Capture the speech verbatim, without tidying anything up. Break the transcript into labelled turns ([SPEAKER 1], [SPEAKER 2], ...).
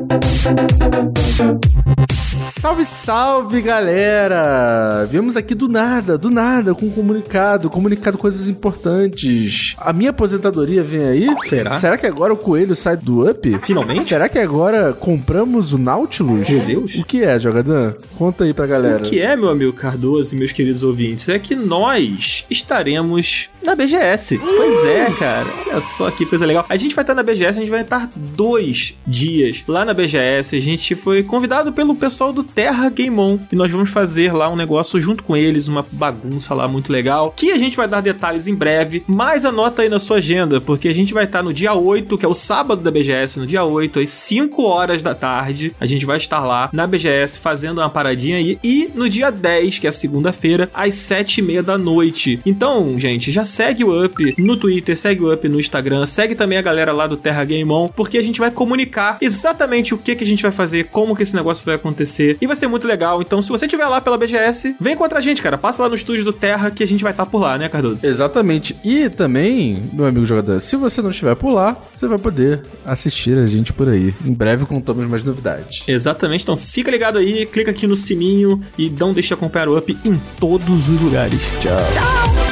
[SPEAKER 1] Salve, salve, galera! Viemos aqui do nada, do nada, com um comunicado, comunicado coisas importantes. A minha aposentadoria vem aí?
[SPEAKER 2] Será?
[SPEAKER 1] Será que agora o coelho sai do Up?
[SPEAKER 2] Finalmente?
[SPEAKER 1] Será que agora compramos o Nautilus?
[SPEAKER 2] Meu Deus.
[SPEAKER 1] O que é, Jogadã? Conta aí pra galera.
[SPEAKER 2] O que é, meu amigo Cardoso e meus queridos ouvintes, é que nós estaremos na B G S. Pois é, cara. Olha só que coisa legal. A gente vai estar na B G S, a gente vai estar dois dias lá na B G S. A gente foi convidado pelo pessoal do Terra Game On e nós vamos fazer lá um negócio junto com eles, uma bagunça lá muito legal, que a gente vai dar detalhes em breve, mas anota aí na sua agenda, porque a gente vai estar no dia oito, que é o sábado da B G S, no dia oito, às cinco horas da tarde, a gente vai estar lá na B G S fazendo uma paradinha aí, e no dia dez, que é a segunda-feira, às sete e meia da noite. Então, gente, já segue o Up no Twitter, segue o Up no Instagram, segue também a galera lá do Terra Game On, porque a gente vai comunicar exatamente o que, que a gente vai fazer, como que esse negócio vai acontecer, e vai ser muito legal. Então, se você estiver lá pela B G S, vem contra a gente, cara. Passa lá no estúdio do Terra que a gente vai estar por lá, né, Cardoso?
[SPEAKER 1] Exatamente. E também, meu amigo jogador, se você não estiver por lá, você vai poder assistir a gente por aí. Em breve contamos mais novidades.
[SPEAKER 2] Exatamente. Então, fica ligado aí, clica aqui no sininho e não deixe de acompanhar o Up em todos os lugares.
[SPEAKER 1] Tchau.
[SPEAKER 2] Tchau!